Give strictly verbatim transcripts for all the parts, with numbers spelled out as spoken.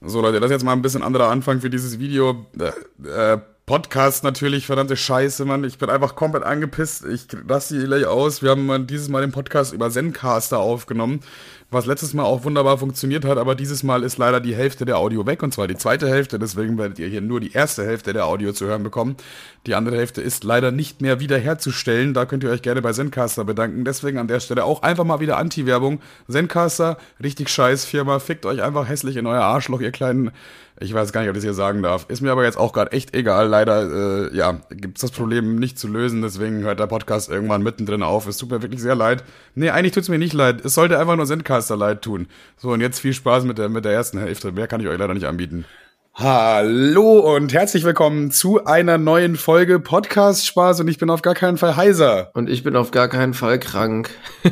So Leute, das ist jetzt mal ein bisschen anderer Anfang für dieses Video. Äh, äh, Podcast natürlich, verdammte Scheiße, Mann. Ich bin einfach komplett angepisst. Ich lasse die gleich aus. Wir haben dieses Mal den Podcast über Zencastr aufgenommen, was letztes Mal auch wunderbar funktioniert hat, aber dieses Mal ist leider die Hälfte der Audio weg, und zwar die zweite Hälfte, deswegen werdet ihr hier nur die erste Hälfte der Audio zu hören bekommen. Die andere Hälfte ist leider nicht mehr wiederherzustellen, da könnt ihr euch gerne bei Zencastr bedanken, deswegen an der Stelle auch einfach mal wieder Anti-Werbung. Zencastr, richtig scheiß Firma, fickt euch einfach hässlich in euer Arschloch, ihr kleinen... Ich weiß gar nicht, ob ich das hier sagen darf. Ist mir aber jetzt auch gerade echt egal. Leider, äh, ja, gibt's das Problem nicht zu lösen. Deswegen hört der Podcast irgendwann mittendrin auf. Es tut mir wirklich sehr leid. Nee, eigentlich tut's mir nicht leid. Es sollte einfach nur Zencastr leid tun. So, und jetzt viel Spaß mit der, mit der ersten Hälfte. Mehr kann ich euch leider nicht anbieten. Hallo und herzlich willkommen zu einer neuen Folge Podcast Spaß, und ich bin auf gar keinen Fall heiser. Und ich bin auf gar keinen Fall krank.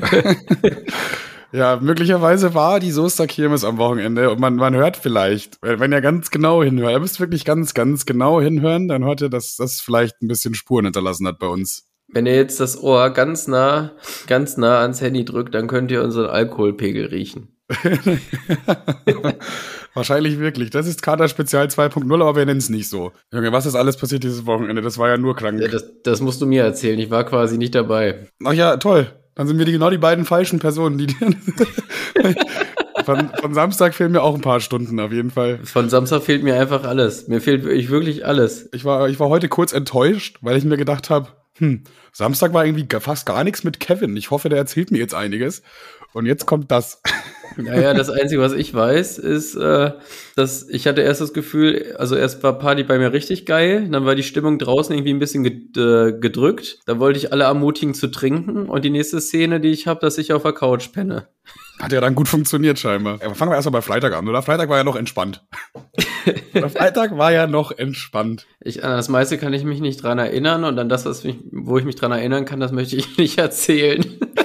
Ja, möglicherweise war die Soester-Kirmes am Wochenende und man, man hört vielleicht, wenn ihr ganz genau hinhört, ihr müsst wirklich ganz, ganz genau hinhören, dann hört ihr, dass das vielleicht ein bisschen Spuren hinterlassen hat bei uns. Wenn ihr jetzt das Ohr ganz nah, ganz nah ans Handy drückt, dann könnt ihr unseren Alkoholpegel riechen. Wahrscheinlich wirklich. Das ist Kater-Spezial zwei Punkt null, aber wir nennen es nicht so. Junge, was ist alles passiert dieses Wochenende? Das war ja nur krank. Ja, das, das musst du mir erzählen, ich war quasi nicht dabei. Ach ja, toll. Dann sind wir die, genau die beiden falschen Personen, die von, von Samstag fehlen mir auch ein paar Stunden auf jeden Fall. Von Samstag fehlt mir einfach alles. Mir fehlt wirklich, wirklich alles. Ich war, ich war heute kurz enttäuscht, weil ich mir gedacht habe, hm, Samstag war irgendwie fast gar nichts mit Kevin. Ich hoffe, der erzählt mir jetzt einiges. Und jetzt kommt das. Naja, das Einzige, was ich weiß, ist, äh, dass ich hatte erst das Gefühl, also erst war Party bei mir richtig geil, dann war die Stimmung draußen irgendwie ein bisschen ged- äh, gedrückt. Da wollte ich alle ermutigen zu trinken, und die nächste Szene, die ich habe, dass ich auf der Couch penne. Hat ja dann gut funktioniert scheinbar. Aber fangen wir erstmal bei Freitag an, oder? Freitag war ja noch entspannt. Freitag war ja noch entspannt. Ich, an das meiste kann ich mich nicht dran erinnern, und an das, was mich, wo ich mich dran erinnern kann, das möchte ich nicht erzählen.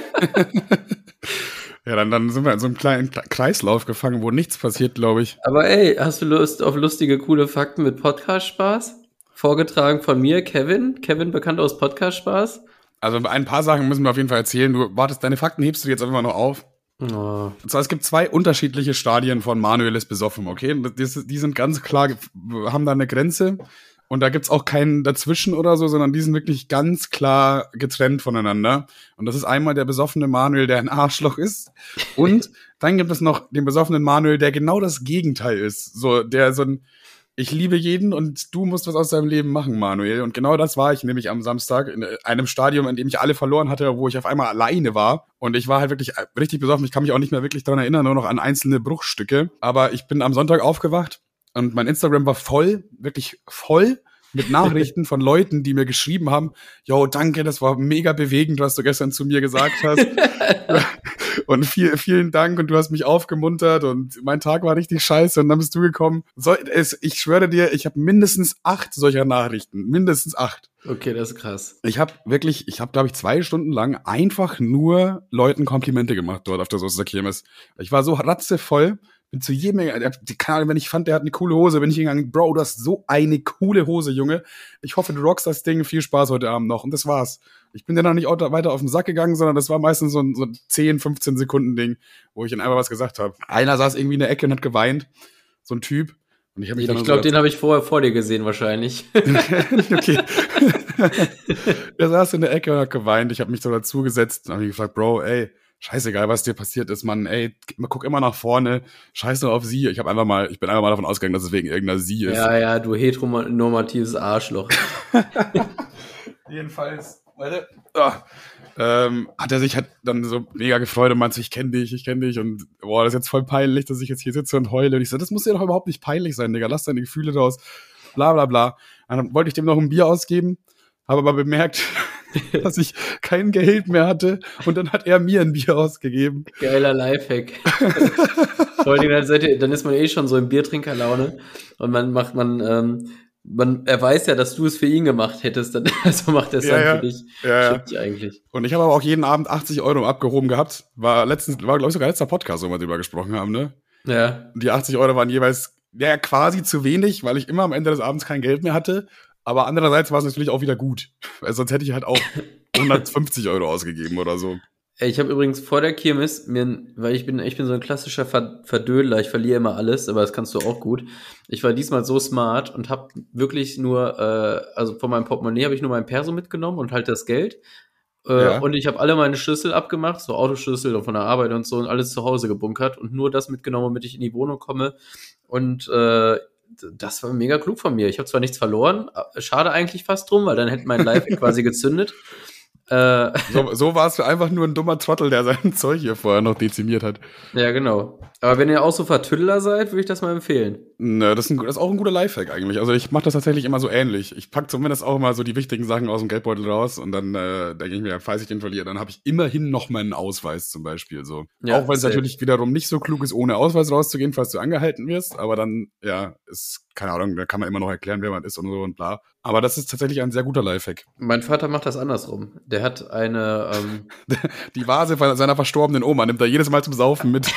Ja, dann, dann sind wir in so einem kleinen Kreislauf gefangen, wo nichts passiert, glaube ich. Aber ey, hast du Lust auf lustige, coole Fakten mit Podcast-Spaß? Vorgetragen von mir, Kevin. Kevin, bekannt aus Podcast-Spaß. Also ein paar Sachen müssen wir auf jeden Fall erzählen. Du wartest, deine Fakten hebst du jetzt einfach noch auf. Oh. Und zwar, es gibt zwei unterschiedliche Stadien von Manuel ist besoffen, okay? Die, die sind ganz klar, haben da eine Grenze. Und da gibt's auch keinen dazwischen oder so, sondern die sind wirklich ganz klar getrennt voneinander. Und das ist einmal der besoffene Manuel, der ein Arschloch ist. Und dann gibt es noch den besoffenen Manuel, der genau das Gegenteil ist. So, der so ein, ich liebe jeden und du musst was aus deinem Leben machen, Manuel. Und genau das war ich nämlich am Samstag in einem Stadion, in dem ich alle verloren hatte, wo ich auf einmal alleine war. Und ich war halt wirklich richtig besoffen. Ich kann mich auch nicht mehr wirklich dran erinnern, nur noch an einzelne Bruchstücke. Aber ich bin am Sonntag aufgewacht. Und mein Instagram war voll, wirklich voll mit Nachrichten von Leuten, die mir geschrieben haben, yo, danke, das war mega bewegend, was du gestern zu mir gesagt hast. Und viel, vielen Dank, und du hast mich aufgemuntert, und mein Tag war richtig scheiße, und dann bist du gekommen. So, es, ich schwöre dir, ich habe mindestens acht solcher Nachrichten. Mindestens acht. Okay, das ist krass. Ich habe wirklich, ich habe, glaube ich, zwei Stunden lang einfach nur Leuten Komplimente gemacht dort auf der Soester-Kirmes. Ich war so ratzevoll. Bin zu jedem, keine Ahnung, wenn ich fand, der hat eine coole Hose, bin ich hingegangen, Bro, du hast so eine coole Hose, Junge. Ich hoffe, du rockst das Ding, viel Spaß heute Abend noch. Und das war's. Ich bin dir noch nicht weiter auf den Sack gegangen, sondern das war meistens so ein, so ein zehn, fünfzehn Sekunden Ding, wo ich dann einfach was gesagt habe. Einer saß irgendwie in der Ecke und hat geweint. So ein Typ. Und ich hab mich ich glaube, so den habe ich vorher vor dir gesehen wahrscheinlich. Okay. Der saß in der Ecke und hat geweint. Ich habe mich so dazugesetzt und habe gefragt, Bro, ey, scheißegal, was dir passiert ist, Mann, ey, guck immer nach vorne, scheiß nur auf sie. Ich habe einfach mal, ich bin einfach mal davon ausgegangen, dass es wegen irgendeiner sie ist. Ja, ja, du heteronormatives Arschloch. Jedenfalls, warte, oh, ähm, hat er sich halt dann so mega gefreut und meinte, ich kenne dich, ich kenne dich, und boah, das ist jetzt voll peinlich, dass ich jetzt hier sitze und heule. Und ich so, das muss dir doch überhaupt nicht peinlich sein, Digga, lass deine Gefühle raus, bla bla bla. Dann wollte ich dem noch ein Bier ausgeben, habe aber bemerkt, dass ich kein Geld mehr hatte, und dann hat er mir ein Bier ausgegeben. Geiler Lifehack. Vor allem, dann, seid ihr, dann ist man eh schon so in Biertrinkerlaune, und man macht man, ähm, man, er weiß ja, dass du es für ihn gemacht hättest, dann, also macht er es ja, dann ja. für dich. Ja, Stimmt ja eigentlich. Und ich habe aber auch jeden Abend achtzig Euro abgehoben gehabt. War letztens, war glaube ich sogar letzter Podcast, wo wir drüber gesprochen haben, ne? Ja. Die achtzig Euro waren jeweils, ja, quasi zu wenig, weil ich immer am Ende des Abends kein Geld mehr hatte. Aber andererseits war es natürlich auch wieder gut. Weil sonst hätte ich halt auch hundertfünfzig Euro ausgegeben oder so. Ich habe übrigens vor der Kirmes, mir, weil ich bin, ich bin so ein klassischer Ver- Verdödler, ich verliere immer alles, aber das kannst du auch gut. Ich war diesmal so smart und habe wirklich nur, äh, also von meinem Portemonnaie habe ich nur mein Perso mitgenommen und halt das Geld. Äh, Ja. und ich habe alle meine Schlüssel abgemacht, so Autoschlüssel und von der Arbeit und so und alles zu Hause gebunkert und nur das mitgenommen, damit ich in die Wohnung komme. Und äh, das war mega klug von mir. Ich habe zwar nichts verloren, schade eigentlich fast drum, weil dann hätte mein Lifehack quasi gezündet. Äh, So, so warst du einfach nur ein dummer Trottel, der sein Zeug hier vorher noch dezimiert hat. ja, genau. Aber wenn ihr auch so Vertüdler seid, würde ich das mal empfehlen. Ne, das ist, ein, das ist auch ein guter Lifehack eigentlich. Also ich mache das tatsächlich immer so ähnlich. Ich pack zumindest auch immer so die wichtigen Sachen aus dem Geldbeutel raus und dann äh, denke ich mir, falls ich den verliere, dann habe ich immerhin noch meinen Ausweis zum Beispiel. So. Ja, auch wenn es safe. natürlich wiederum nicht so klug ist, ohne Ausweis rauszugehen, falls du angehalten wirst. Aber dann, ja, ist, keine Ahnung, da kann man immer noch erklären, wer man ist und so und bla. Aber das ist tatsächlich ein sehr guter Lifehack. Mein Vater macht das andersrum. Der hat eine, ähm, Die Vase von seiner verstorbenen Oma nimmt er jedes Mal zum Saufen mit.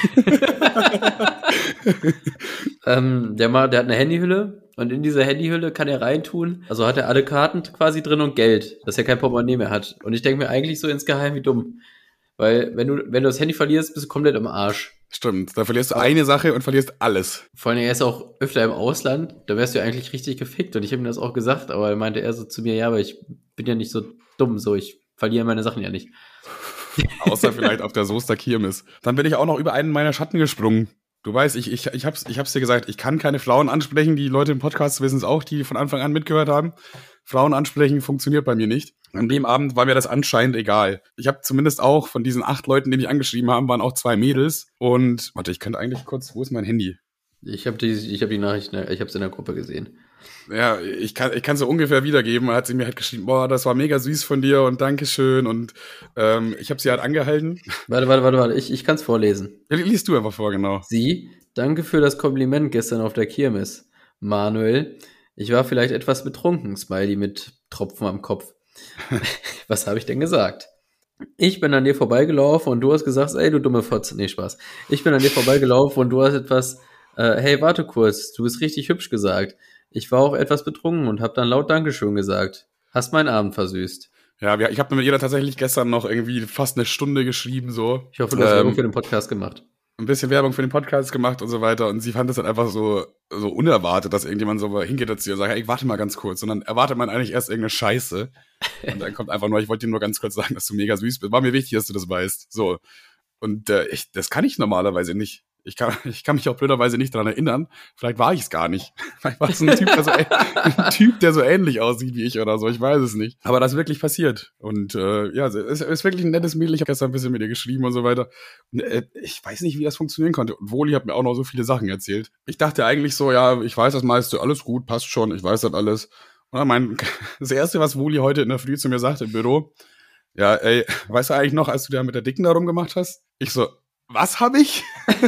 ähm, der, mal, der hat eine Handyhülle und in dieser Handyhülle kann er reintun. Also hat er alle Karten quasi drin und Geld, dass er kein Portemonnaie mehr hat. Und ich denke mir eigentlich so insgeheim, wie dumm. Weil wenn du, wenn du das Handy verlierst, bist du komplett im Arsch. Stimmt, da verlierst du eine Sache und verlierst alles. Vor allem, er ist auch öfter im Ausland, da wärst du ja eigentlich richtig gefickt. Und ich habe ihm das auch gesagt, aber er meinte er so zu mir, ja, aber ich bin ja nicht so dumm, so ich verliere meine Sachen ja nicht. Außer vielleicht auf der Soester Kirmes. Dann bin ich auch noch über einen meiner Schatten gesprungen. Du weißt, ich, ich, ich, hab's, ich hab's dir gesagt, ich kann keine Frauen ansprechen. Die Leute im Podcast wissen es auch, die von Anfang an mitgehört haben. Frauen ansprechen funktioniert bei mir nicht. An dem Abend war mir das anscheinend egal. Ich habe zumindest auch von diesen acht Leuten, die mich angeschrieben haben, waren auch zwei Mädels. Und warte, ich könnte eigentlich kurz, wo ist mein Handy? Ich habe die, ich hab die Nachricht, ich habe es in der Gruppe gesehen. Ja, ich kann ich kann so ungefähr wiedergeben. Da hat sie mir halt geschrieben, boah, das war mega süß von dir und Dankeschön. Und ähm, ich habe sie halt angehalten. Warte, warte, warte, warte, ich, ich kann es vorlesen. Ja, liest du einfach vor, genau. Sie, danke für das Kompliment gestern auf der Kirmes. Manuel, ich war vielleicht etwas betrunken, Smiley mit Tropfen am Kopf. Was habe ich denn gesagt? Ich bin an dir vorbeigelaufen und du hast gesagt, ey, du dumme Fotze. Nee, Spaß. Ich bin an dir vorbeigelaufen und du hast etwas, äh, hey, warte kurz, du bist richtig hübsch gesagt. Ich war auch etwas betrunken und habe dann laut Dankeschön gesagt. Hast meinen Abend versüßt. Ja, wir, ich habe mit ihr tatsächlich gestern noch irgendwie fast eine Stunde geschrieben, so. Ich hoffe, du hast Ähm, Werbung für den Podcast gemacht. ein bisschen Werbung für den Podcast gemacht und so weiter. Und sie fand das dann einfach so, so unerwartet, dass irgendjemand so hingeht dazu und sagt, hey, warte mal ganz kurz. Und dann erwartet man eigentlich erst irgendeine Scheiße. Und dann kommt einfach nur, ich wollte dir nur ganz kurz sagen, dass du mega süß bist. War mir wichtig, dass du das weißt. So. Und äh, ich, das kann ich normalerweise nicht. Ich kann, ich kann mich auch blöderweise nicht daran erinnern. Vielleicht war ich es gar nicht. Vielleicht war es ein Typ, der so, ein Typ, der so ähnlich aussieht wie ich oder so. Ich weiß es nicht. Aber das ist wirklich passiert. Und äh, ja, es ist wirklich ein nettes Mädel. Ich habe gestern ein bisschen mit ihr geschrieben und so weiter. Und, äh, ich weiß nicht, wie das funktionieren konnte. Und Woli hat mir auch noch so viele Sachen erzählt. Ich dachte eigentlich so, ja, ich weiß das meiste, alles gut, passt schon, ich weiß das alles. Und dann mein, das Erste, was Woli heute in der Früh zu mir sagte im Büro, ja, ey, weißt du eigentlich noch, als du da mit der Dicken da rumgemacht hast? Ich so, was hab ich?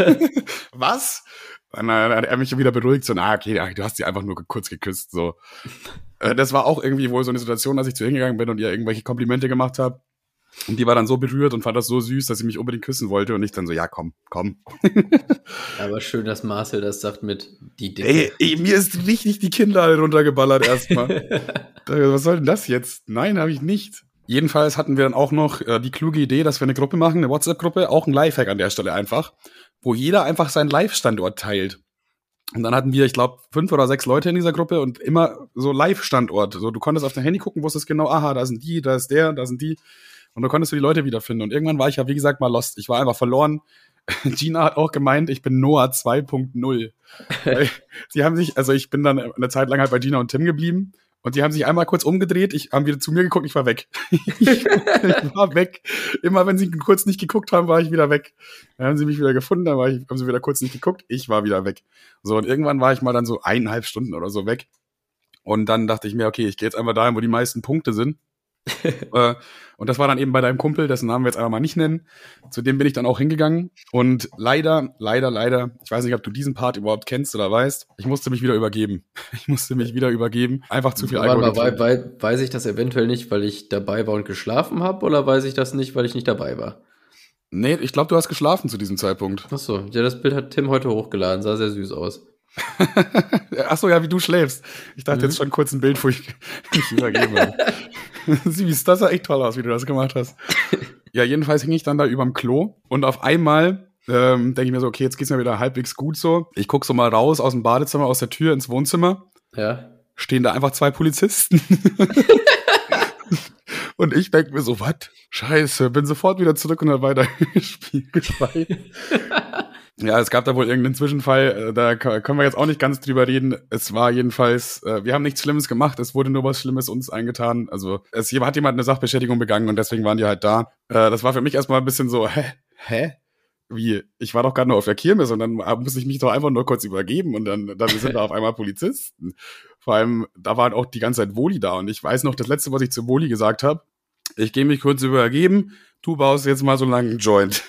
Was? Und dann hat er mich wieder beruhigt, so, na, okay, du hast sie einfach nur kurz geküsst, so. Das war auch irgendwie wohl so eine Situation, dass ich zu ihr hingegangen bin und ihr irgendwelche Komplimente gemacht habe. Und die war dann so berührt und fand das so süß, dass sie mich unbedingt küssen wollte und ich dann so, ja, komm, komm. Aber schön, dass Marcel das sagt mit die Dicke. Ey, ey, mir ist richtig die Kinder runtergeballert erstmal. Was soll denn das jetzt? Nein, habe ich nicht. Jedenfalls hatten wir dann auch noch äh, die kluge Idee, dass wir eine Gruppe machen, eine WhatsApp-Gruppe, auch ein Lifehack an der Stelle einfach, wo jeder einfach seinen Live-Standort teilt. Und dann hatten wir, ich glaube, fünf oder sechs Leute in dieser Gruppe und immer so Live-Standort. So, du konntest auf dein Handy gucken, wusstest genau, aha, da sind die, da ist der, da sind die. Und da konntest du die Leute wiederfinden. Und irgendwann war ich ja, wie gesagt, mal lost. Ich war einfach verloren. Gina hat auch gemeint, ich bin Noah zwei Punkt null. Sie haben sich, also ich bin dann eine Zeit lang halt bei Gina und Tim geblieben. Und die haben sich einmal kurz umgedreht, ich haben wieder zu mir geguckt, ich war weg. ich, ich war weg. Immer wenn sie kurz nicht geguckt haben, war ich wieder weg. Dann haben sie mich wieder gefunden, dann war ich, haben sie wieder kurz nicht geguckt, ich war wieder weg. So, und irgendwann war ich mal dann so eineinhalb Stunden oder so weg. Und dann dachte ich mir, okay, ich gehe jetzt einfach dahin, wo die meisten Punkte sind. äh, und das war dann eben bei deinem Kumpel, dessen Namen wir jetzt einfach mal nicht nennen. Zu dem bin ich dann auch hingegangen. Und leider, leider, leider, ich weiß nicht, ob du diesen Part überhaupt kennst oder weißt, ich musste mich wieder übergeben. Ich musste mich wieder übergeben. Einfach zu viel Alkohol. Aber wei- wei- weiß ich das eventuell nicht, weil ich dabei war und geschlafen habe, oder weiß ich das nicht, weil ich nicht dabei war? Nee, ich glaube, du hast geschlafen zu diesem Zeitpunkt. Ach so, ja, das Bild hat Tim heute hochgeladen, sah sehr süß aus. Ach so, ja, wie du schläfst. Ich dachte Mhm. jetzt schon kurz ein Bild, wo ich mich übergeben habe. Süß, das sah echt toll aus, wie du das gemacht hast. Ja, jedenfalls hing ich dann da überm Klo und auf einmal ähm, denke ich mir so, okay, jetzt geht's mir wieder halbwegs gut so. Ich guck so mal raus aus dem Badezimmer, aus der Tür ins Wohnzimmer. Ja. Stehen da einfach zwei Polizisten. Und ich denke mir so, was? Scheiße, bin sofort wieder zurück und hab weiter gespielt. Ja, es gab da wohl irgendeinen Zwischenfall, da können wir jetzt auch nicht ganz drüber reden. Es war jedenfalls, wir haben nichts Schlimmes gemacht, es wurde nur was Schlimmes uns eingetan. Also es hat jemand eine Sachbeschädigung begangen und deswegen waren die halt da. Das war für mich erstmal ein bisschen so, hä? Hä? Wie? Ich war doch gerade nur auf der Kirmes und dann musste ich mich doch einfach nur kurz übergeben und dann, dann sind da auf einmal Polizisten. Vor allem, da war auch die ganze Zeit Woli da und ich weiß noch, das Letzte, was ich zu Woli gesagt habe, ich gehe mich kurz übergeben, du baust jetzt mal so einen langen Joint.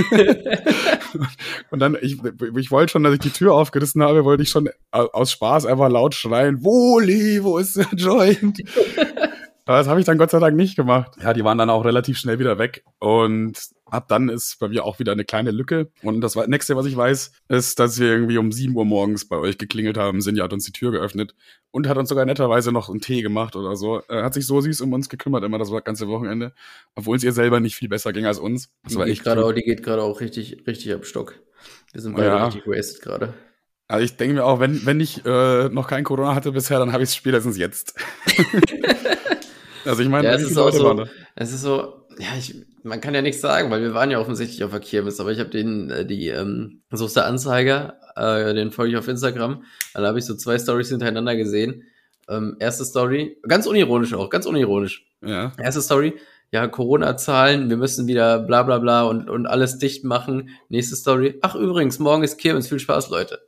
Und dann, ich, ich wollte schon, dass ich die Tür aufgerissen habe, wollte ich schon aus Spaß einfach laut schreien, Woli, wo ist der Joint? Aber das habe ich dann Gott sei Dank nicht gemacht. Ja, die waren dann auch relativ schnell wieder weg und ab dann ist bei mir auch wieder eine kleine Lücke. Und das nächste, was ich weiß, ist, dass wir irgendwie um sieben Uhr morgens bei euch geklingelt haben. Sinja hat uns die Tür geöffnet und hat uns sogar netterweise noch einen Tee gemacht oder so. Er hat sich so süß um uns gekümmert immer das ganze Wochenende, obwohl es ihr selber nicht viel besser ging als uns. Das die, war geht echt grade auch, die geht gerade auch richtig, richtig am Stock. Wir sind beide ja. richtig wasted gerade. Also ich denke mir auch, wenn, wenn ich äh, noch kein Corona hatte bisher, dann habe ich es spätestens jetzt. Also ich meine, ja, wie es viele ist auch Leute so, waren da? es ist so, ja, ich, man kann ja nichts sagen, weil wir waren ja offensichtlich auf der Kirmes, aber ich habe den, äh, die, ähm, so ist der Anzeiger, äh, den folge ich auf Instagram, dann habe ich so zwei Storys hintereinander gesehen. Ähm, erste Story, ganz unironisch auch, ganz unironisch. Ja. Erste Story, ja, Corona-Zahlen, wir müssen wieder bla bla bla und, und alles dicht machen. Nächste Story, ach übrigens, morgen ist Kirmes, viel Spaß, Leute.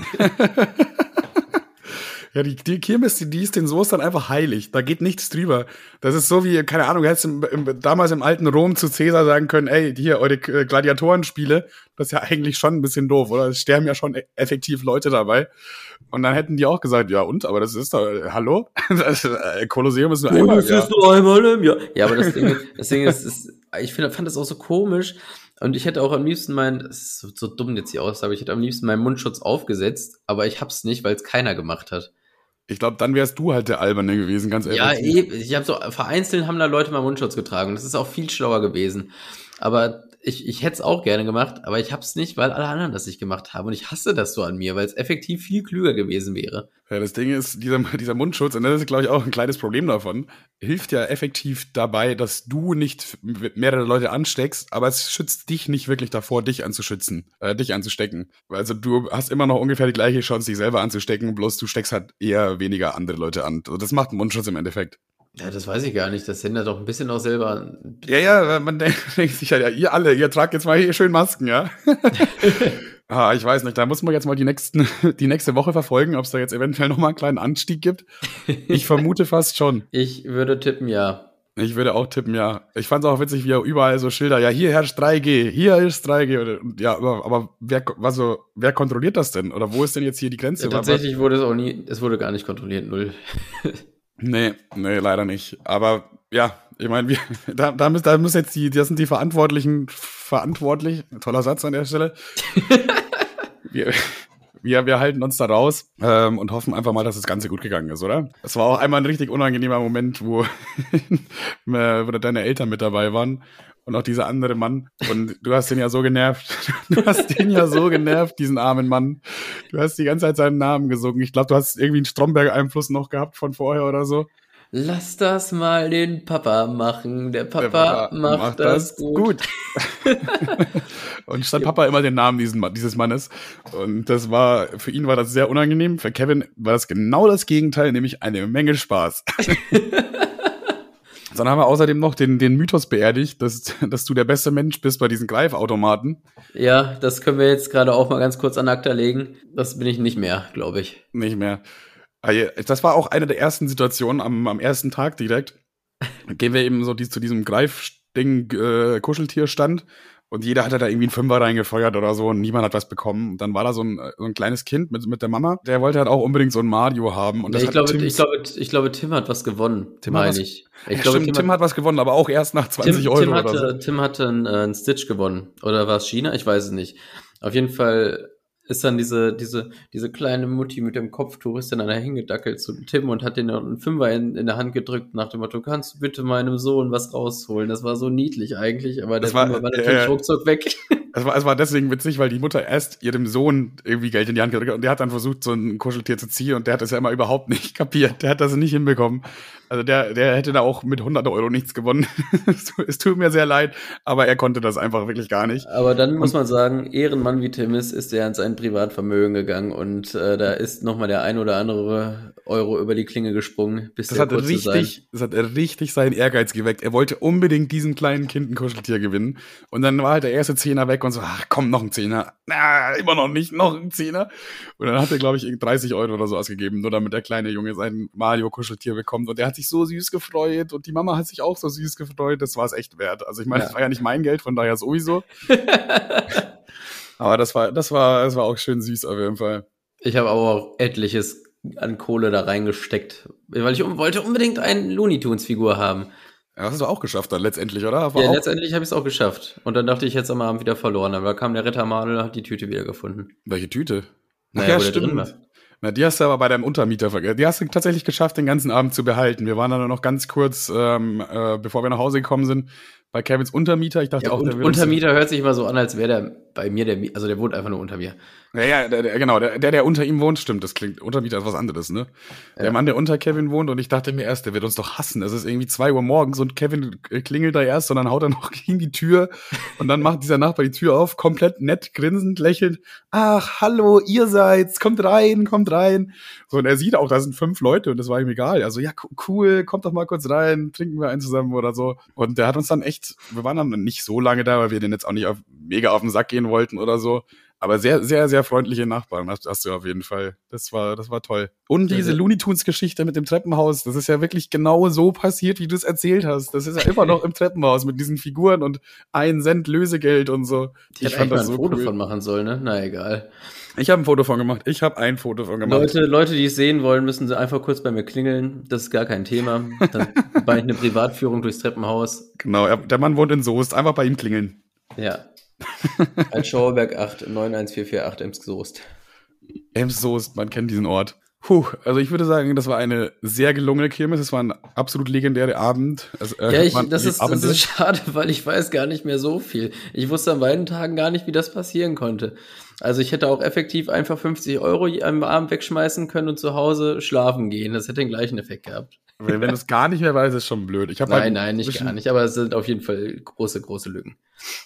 Ja, die, die Kirmes, die, die ist den Soße dann einfach heilig. Da geht nichts drüber. Das ist so wie, keine Ahnung, du hättest im, im, damals im alten Rom zu Caesar sagen können, ey, hier, eure Gladiatorenspiele, das ist ja eigentlich schon ein bisschen doof, oder? Es sterben ja schon effektiv Leute dabei. Und dann hätten die auch gesagt, ja und, aber das ist doch, äh, hallo? Das äh, Kolosseum ist nur oh, einmal das ja. ist nur einmal im Jahr. Ja, aber das Ding, das Ding ist, ist ich find, fand das auch so komisch. Und ich hätte auch am liebsten mein, das ist so, so dumm jetzt die Aussage, ich hätte am liebsten meinen Mundschutz aufgesetzt, aber ich hab's nicht, weil es keiner gemacht hat. Ich glaube, dann wärst du halt der Alberne gewesen, ganz ehrlich. Ja, eben. Ich habe so, vereinzelt haben da Leute mal Mundschutz getragen. Das ist auch viel schlauer gewesen. Aber ich, ich hätte es auch gerne gemacht, aber ich habe es nicht, weil alle anderen das nicht gemacht haben. Und ich hasse das so an mir, weil es effektiv viel klüger gewesen wäre. Ja, das Ding ist, dieser, dieser Mundschutz, und das ist, glaube ich, auch ein kleines Problem davon, hilft ja effektiv dabei, dass du nicht mehrere Leute ansteckst, aber es schützt dich nicht wirklich davor, dich anzuschützen, äh, dich anzustecken. Also du hast immer noch ungefähr die gleiche Chance, dich selber anzustecken, bloß du steckst halt eher weniger andere Leute an. Also das macht ein Mundschutz im Endeffekt. Ja, das weiß ich gar nicht. Das hindert doch ein bisschen auch selber an. Ja, ja, man denkt, denkt sich halt, ja, ihr alle, ihr tragt jetzt mal hier schön Masken, ja? Ah, ich weiß nicht, da muss man jetzt mal die nächsten, die nächste Woche verfolgen, ob es da jetzt eventuell nochmal einen kleinen Anstieg gibt. Ich vermute fast schon. Ich würde tippen, ja. Ich würde auch tippen, ja. Ich fand es auch witzig, wie überall so Schilder, ja, hier herrscht drei G, hier ist drei G. Oder, ja, aber, aber wer, also, wer kontrolliert das denn? Oder wo ist denn jetzt hier die Grenze? Ja, tatsächlich wurde es auch nie, es wurde gar nicht kontrolliert, null. Nee, nee, leider nicht. Aber ja, ich meine, wir, da, da müssen, da müssen jetzt die, das sind die Verantwortlichen verantwortlich. Toller Satz an der Stelle. wir, wir, wir halten uns da raus ähm, und hoffen einfach mal, dass das Ganze gut gegangen ist, oder? Es war auch einmal ein richtig unangenehmer Moment, wo, wo deine Eltern mit dabei waren. Und auch dieser andere Mann. Und du hast den ja so genervt. Du hast den ja so genervt, diesen armen Mann. Du hast die ganze Zeit seinen Namen gesungen. Ich glaube, du hast irgendwie einen Stromberg-Einfluss noch gehabt von vorher oder so. Lass das mal den Papa machen. Der Papa, Der Papa macht, macht das, das gut. gut. Und stand Papa immer den Namen diesen, dieses Mannes. Und das war, für ihn war das sehr unangenehm. Für Kevin war das genau das Gegenteil, nämlich eine Menge Spaß. Dann haben wir außerdem noch den, den Mythos beerdigt, dass, dass du der beste Mensch bist bei diesen Greifautomaten. Ja, das können wir jetzt gerade auch mal ganz kurz an Akta legen. Das bin ich nicht mehr, glaube ich. Nicht mehr. Das war auch eine der ersten Situationen am, am ersten Tag direkt. Gehen wir eben so die, zu diesem Greifding, äh, Kuscheltierstand. Und jeder hatte da irgendwie einen Fünfer reingefeuert oder so und niemand hat was bekommen. Und dann war da so ein, so ein kleines Kind mit, mit der Mama, der wollte halt auch unbedingt so ein Mario haben. Und das ich, hat glaube, Tims, ich, glaube, ich glaube, Tim hat was gewonnen, Tim meine was, ich. ich ja, glaube, stimmt, Tim, Tim hat, hat was gewonnen, aber auch erst nach zwanzig Tim, Euro Tim hatte, oder so. Tim hatte einen, äh, einen Stitch gewonnen. Oder war es China? Ich weiß es nicht. Auf jeden Fall, ist dann diese, diese, diese kleine Mutti mit dem Kopftuch ist dann da hingedackelt zu Tim und hat den dann einen Fünfer in, in der Hand gedrückt nach dem Motto, kannst du bitte meinem Sohn was rausholen? Das war so niedlich eigentlich, aber der Das war- Fünfer war natürlich äh, ruckzuck weg. Es war, es war deswegen witzig, weil die Mutter erst ihrem Sohn irgendwie Geld in die Hand gedrückt hat und der hat dann versucht, so ein Kuscheltier zu ziehen und der hat das ja immer überhaupt nicht kapiert. Der hat das nicht hinbekommen. Also der, der hätte da auch mit hundert Euro nichts gewonnen. Es tut mir sehr leid, aber er konnte das einfach wirklich gar nicht. Aber dann muss man sagen, Ehrenmann wie Tim ist, ist er an sein Privatvermögen gegangen und äh, da ist nochmal der ein oder andere Euro über die Klinge gesprungen, bis Das der hat kurz zu sein. richtig, das hat richtig seinen Ehrgeiz geweckt. Er wollte unbedingt diesem kleinen Kind ein Kuscheltier gewinnen. Und dann war halt der erste Zehner weg und so, ach komm, noch ein Zehner. Na, immer noch nicht, noch ein Zehner. Und dann hat er, glaube ich, dreißig Euro oder so ausgegeben, nur damit der kleine Junge sein Mario-Kuscheltier bekommt. Und der hat sich so süß gefreut und die Mama hat sich auch so süß gefreut. Das war es echt wert. Also ich meine, Ja. das war ja nicht mein Geld, von daher sowieso. Aber das war, das war, das war auch schön süß auf jeden Fall. Ich habe aber auch etliches an Kohle da reingesteckt, weil ich um, wollte unbedingt eine Looney Tunes Figur haben. Ja, das hast du auch geschafft dann letztendlich, oder? War Ja, auch, letztendlich habe ich es auch geschafft. Und dann dachte ich, jetzt am Abend wieder verloren. Aber kam der Ritter Manuel und hat die Tüte wieder gefunden. welche Tüte? Naja, wo der drin war. Na, die hast du aber bei deinem Untermieter vergessen. Die hast du tatsächlich geschafft, den ganzen Abend zu behalten. Wir waren dann nur noch ganz kurz, ähm, äh, bevor wir nach Hause gekommen sind, bei Kevins Untermieter. Ich dachte Ja, auch, und, der will uns- Untermieter hört sich immer so an, als wäre der bei mir der, Mi- also der wohnt einfach nur unter mir. Ja, ja, der, der, genau, der, der, der unter ihm wohnt, stimmt. Das klingt, Untermieter ist was anderes, ne? Der Ja. Mann, der unter Kevin wohnt, und ich dachte mir erst, der wird uns doch hassen. Es ist irgendwie zwei Uhr morgens und Kevin klingelt da erst und dann haut er noch gegen die Tür und dann macht dieser Nachbar die Tür auf, komplett nett, grinsend, lächelnd. Ach, hallo, ihr seid's, kommt rein, kommt rein. So, und er sieht auch, da sind fünf Leute und das war ihm egal. Also, ja, cool, kommt doch mal kurz rein, trinken wir einen zusammen oder so. Und der hat uns dann echt, wir waren dann nicht so lange da, weil wir den jetzt auch nicht auf, mega auf den Sack gehen wollten oder so. Aber sehr, sehr, sehr freundliche Nachbarn hast, hast du auf jeden Fall. Das war, das war toll. Und Ja, diese sehr- Looney Tunes Geschichte mit dem Treppenhaus, das ist ja wirklich genau so passiert, wie du es erzählt hast. Das ist ja immer noch im Treppenhaus mit diesen Figuren und ein Cent Lösegeld und so. Ich hätte eigentlich mal ein Foto von machen sollen, ne? Na egal. Ich habe ein Foto von gemacht. Ich habe ein Foto von gemacht. Leute, Leute, die es sehen wollen, müssen sie einfach kurz bei mir klingeln. Das ist gar kein Thema. Dann mache ich eine Privatführung durchs Treppenhaus. Genau, er, der Mann wohnt in Soest. Einfach bei ihm klingeln. Ja. Als Schauerberg acht, neun eins vier vier acht Ems-Soest. Ems-Soest, man kennt diesen Ort. Puh, also ich würde sagen, das war eine sehr gelungene Kirmes. Es war ein absolut legendärer Abend. Also, äh, Ja, ich, man- das, die ist, das Abende- ist schade, weil ich weiß gar nicht mehr so viel. Ich wusste an beiden Tagen gar nicht, wie das passieren konnte. Also ich hätte auch effektiv einfach fünfzig Euro am Abend wegschmeißen können und zu Hause schlafen gehen. Das hätte den gleichen Effekt gehabt. Wenn wenn du es gar nicht mehr weißt, ist schon blöd. Ich hab Nein, halt nein, nicht zwischen- gar nicht. Aber es sind auf jeden Fall große, große Lücken.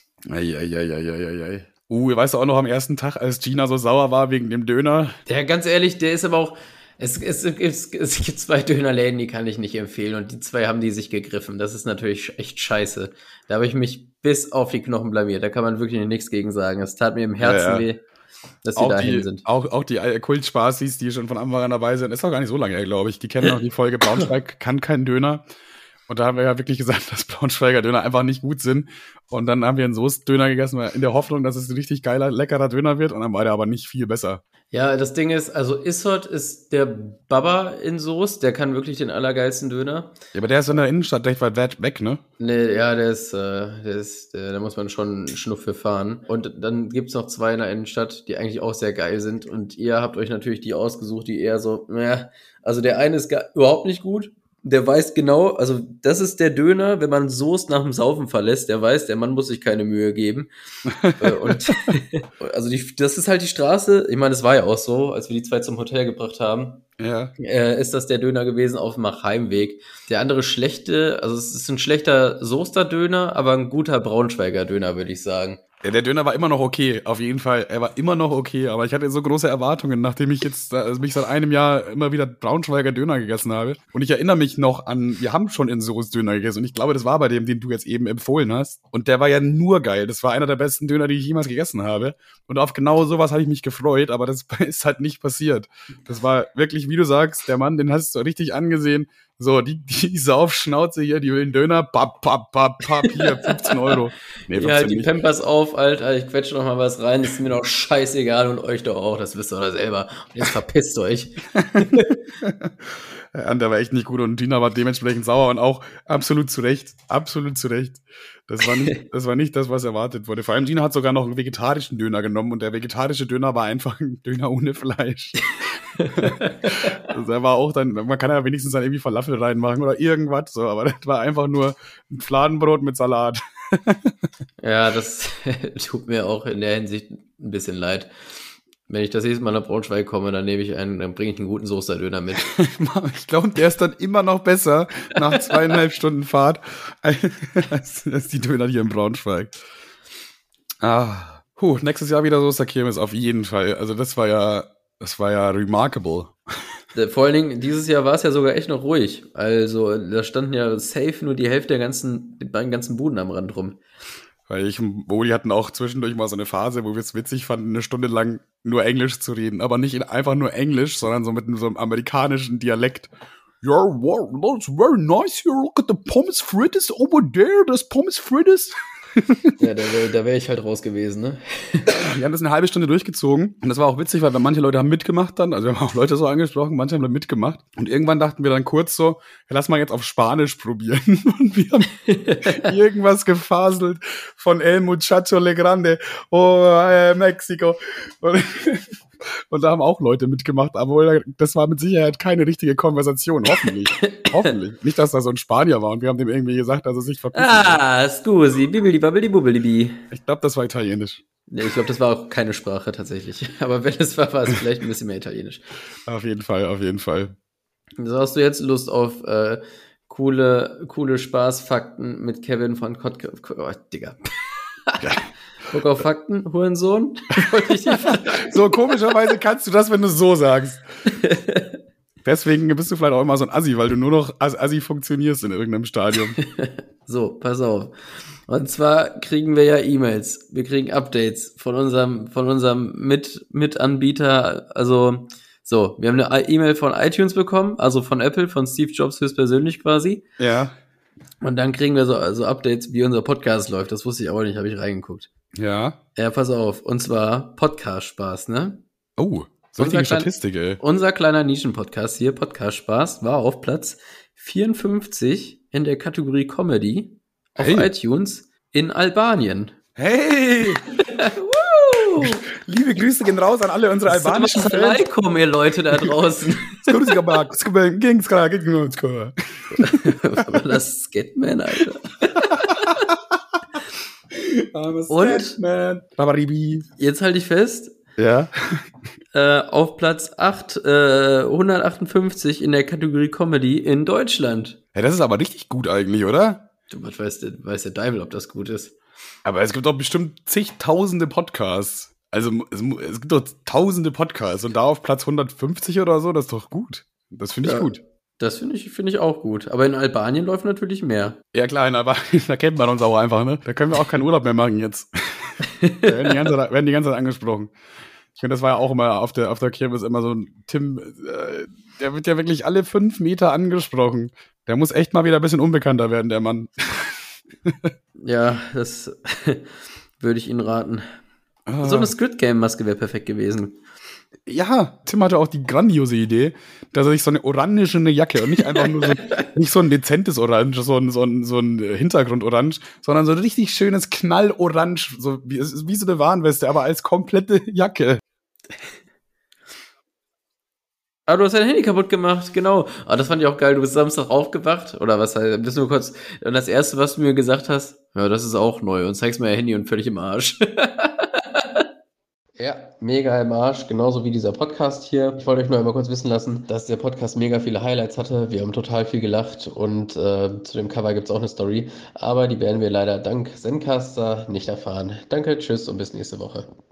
Eieieiei. Uh, weißt du auch noch am ersten Tag, als Gina so sauer war wegen dem Döner? Der, ganz ehrlich, der ist aber auch, es, es, es, es gibt zwei Dönerläden, die kann ich nicht empfehlen und die zwei haben die sich gegriffen. Das ist natürlich echt scheiße. Da habe ich mich bis auf die Knochen blamiert. Da kann man wirklich nichts gegen sagen. Es tat mir im Herzen Ja, ja. weh, dass sie Auch dahin die, sind. auch, auch die äh, Kultspaßis, die schon von Anfang an dabei sind, ist auch gar nicht so lange her, glaube ich. Die kennen noch die Folge Braunschweig kann kein Döner. Und da haben wir ja wirklich gesagt, dass Braunschweiger Döner einfach nicht gut sind. Und dann haben wir einen Soße-Döner gegessen, in der Hoffnung, dass es ein richtig geiler, leckerer Döner wird. Und dann war der aber nicht viel besser. Ja, das Ding ist, also Issot ist der Baba in Soest, der kann wirklich den allergeilsten Döner. Ja, aber der ist in der Innenstadt recht weit weit weg, ne? Nee, ja, der ist, äh, der ist, der, da muss man schon einen Schnuff für fahren. Und dann gibt's noch zwei in der Innenstadt, die eigentlich auch sehr geil sind. Und ihr habt euch natürlich die ausgesucht, die eher so, naja, also der eine ist gar, überhaupt nicht gut. Der weiß genau, also das ist der Döner, wenn man Soest nach dem Saufen verlässt, der weiß, der Mann muss sich keine Mühe geben. Äh, und also die, das ist halt die Straße, ich meine, es war ja auch so, als wir die zwei zum Hotel gebracht haben, Ja. äh, ist das der Döner gewesen auf dem Heimweg. Der andere schlechte, also es ist ein schlechter Soester Döner, aber ein guter Braunschweiger Döner, würde ich sagen. Ja, der Döner war immer noch okay, auf jeden Fall. Er war immer noch okay, aber ich hatte so große Erwartungen, nachdem ich jetzt also mich seit einem Jahr immer wieder Braunschweiger Döner gegessen habe. Und ich erinnere mich noch an, wir haben schon in Soest Döner gegessen und ich glaube, das war bei dem, den du jetzt eben empfohlen hast. Und der war ja nur geil. Das war einer der besten Döner, die ich jemals gegessen habe. Und auf genau sowas habe ich mich gefreut, aber das ist halt nicht passiert. Das war wirklich, wie du sagst, der Mann, den hast du richtig angesehen. So, die, die Saufschnauze hier, die will einen Döner, papp, papp, papp, papp, hier, fünfzehn Euro. Nee, ja, die nicht. Pampers auf, Alter, ich quetsche noch mal was rein, ist mir doch scheißegal und euch doch auch, das wisst ihr doch selber. Und jetzt verpisst euch. Der andere war echt nicht gut und Tina war dementsprechend sauer und auch absolut zu Recht, absolut zu Recht. Das war nicht, das war nicht das, was erwartet wurde. Vor allem Tina hat sogar noch einen vegetarischen Döner genommen und der vegetarische Döner war einfach ein Döner ohne Fleisch. Also er war auch dann, man kann ja wenigstens dann irgendwie Falafel reinmachen oder irgendwas so, aber das war einfach nur ein Fladenbrot mit Salat. Ja, das tut mir auch in der Hinsicht ein bisschen leid. Wenn ich das nächste Mal nach Braunschweig komme, dann nehme ich einen, dann bringe ich einen guten Soße-Döner mit. Ich glaube, der ist dann immer noch besser nach zweieinhalb Stunden Fahrt als, als die Döner hier in Braunschweig. Ah, puh, nächstes Jahr wieder Soße-Kirmes auf jeden Fall. Also das war ja, das war ja remarkable. Vor allen Dingen, dieses Jahr war es ja sogar echt noch ruhig. Also da standen ja safe nur die Hälfte der ganzen, die beiden ganzen Buden am Rand rum. Weil ich und Bodi hatten auch zwischendurch mal so eine Phase, wo wir es witzig fanden, eine Stunde lang nur Englisch zu reden. Aber nicht in einfach nur Englisch, sondern so mit so einem amerikanischen Dialekt. Yeah, wow, that's very nice here. Look at the pommes frites over there. There's pommes frites. Ja, da wäre da wär ich halt raus gewesen, ne? Wir haben das eine halbe Stunde durchgezogen und das war auch witzig, weil manche Leute haben mitgemacht dann, also wir haben auch Leute so angesprochen, manche haben dann mitgemacht und irgendwann dachten wir dann kurz so, ja, lass mal jetzt auf Spanisch probieren und wir haben irgendwas gefaselt von El Muchacho Le Grande, oh, äh, Mexiko und, und da haben auch Leute mitgemacht, aber das war mit Sicherheit keine richtige Konversation, hoffentlich, hoffentlich. Nicht, dass da so ein Spanier war und wir haben dem irgendwie gesagt, dass er sich verpisst. Ah, scusi, bibili babili bubili. Ich glaube, das war Italienisch. Nee, ich glaube, das war auch keine Sprache tatsächlich. Aber wenn es war, war es vielleicht ein bisschen mehr Italienisch. Auf jeden Fall, auf jeden Fall. So, hast du jetzt Lust auf äh, coole, coole Spaßfakten mit Kevin von Kotka... Oh, Digga. Ja. Guck auf Fakten, Hurensohn. Wollte ich dich fragen. So, komischerweise kannst du das, wenn du es so sagst. Deswegen bist du vielleicht auch immer so ein Assi, weil du nur noch als Assi funktionierst in irgendeinem Stadium. So, pass auf. Und zwar kriegen wir ja E-Mails, wir kriegen Updates von unserem von unserem Mit Mitanbieter, also so, wir haben eine E-Mail von iTunes bekommen, also von Apple, von Steve Jobs höchstpersönlich quasi. Ja. Und dann kriegen wir so also Updates, wie unser Podcast läuft. Das wusste ich auch nicht, habe ich reingeguckt. Ja. Ja, pass auf. Und zwar Podcast-Spaß, ne? Oh, so richtige Statistik, ey. Unser kleiner Nischen-Podcast hier, Podcast-Spaß, war auf Platz vierundfünfzig in der Kategorie Comedy auf hey. iTunes in Albanien. Hey! Woo! Liebe Grüße gehen raus an alle unsere albanischen Fans. Assalamualaikum, ihr Leute da draußen. War das Scatman, Alter? Und jetzt halte ich fest. Ja. Äh, auf Platz acht, äh, hundertachtundfünfzig in der Kategorie Comedy in Deutschland. Ja, das ist aber richtig gut eigentlich, oder? Du, was weiß der, weiß der Deibel, ob das gut ist. Aber es gibt doch bestimmt zigtausende Podcasts. Also es, es gibt doch tausende Podcasts und da auf Platz hundertfünfzig oder so, das ist doch gut. Das finde ich ja, gut. Das finde ich, finde ich auch gut. Aber in Albanien läuft natürlich mehr. Ja klar, in Albanien, da kennt man uns auch einfach, ne? Da können wir auch keinen Urlaub mehr machen jetzt. Da werden die ganze Zeit, werden die ganze Zeit angesprochen. Ich finde, das war ja auch immer auf der, auf der Kirmes immer so ein Tim, äh, der wird ja wirklich alle fünf Meter angesprochen. Der muss echt mal wieder ein bisschen unbekannter werden, der Mann. Ja, das würde ich Ihnen raten. Ah. So eine Squid Game Maske wäre perfekt gewesen. Ja, Tim hatte auch die grandiose Idee, dass er sich so eine orangene Jacke und nicht einfach nur so, nicht so ein dezentes Orange, so ein, so ein, so ein Hintergrund-Orange, sondern so ein richtig schönes Knallorange, so wie, wie so eine Warnweste, aber als komplette Jacke. Ah, du hast dein Handy kaputt gemacht, genau. Ah, das fand ich auch geil. Du bist Samstag aufgewacht, oder was heißt, bist nur kurz, und das erste, was du mir gesagt hast, ja, das ist auch neu, und zeigst mir dein Handy und völlig im Arsch. Ja, mega im Arsch, genauso wie dieser Podcast hier. Ich wollte euch nur einmal kurz wissen lassen, dass der Podcast mega viele Highlights hatte. Wir haben total viel gelacht und äh, zu dem Cover gibt's auch eine Story. Aber die werden wir leider dank Zencaster nicht erfahren. Danke, tschüss und bis nächste Woche.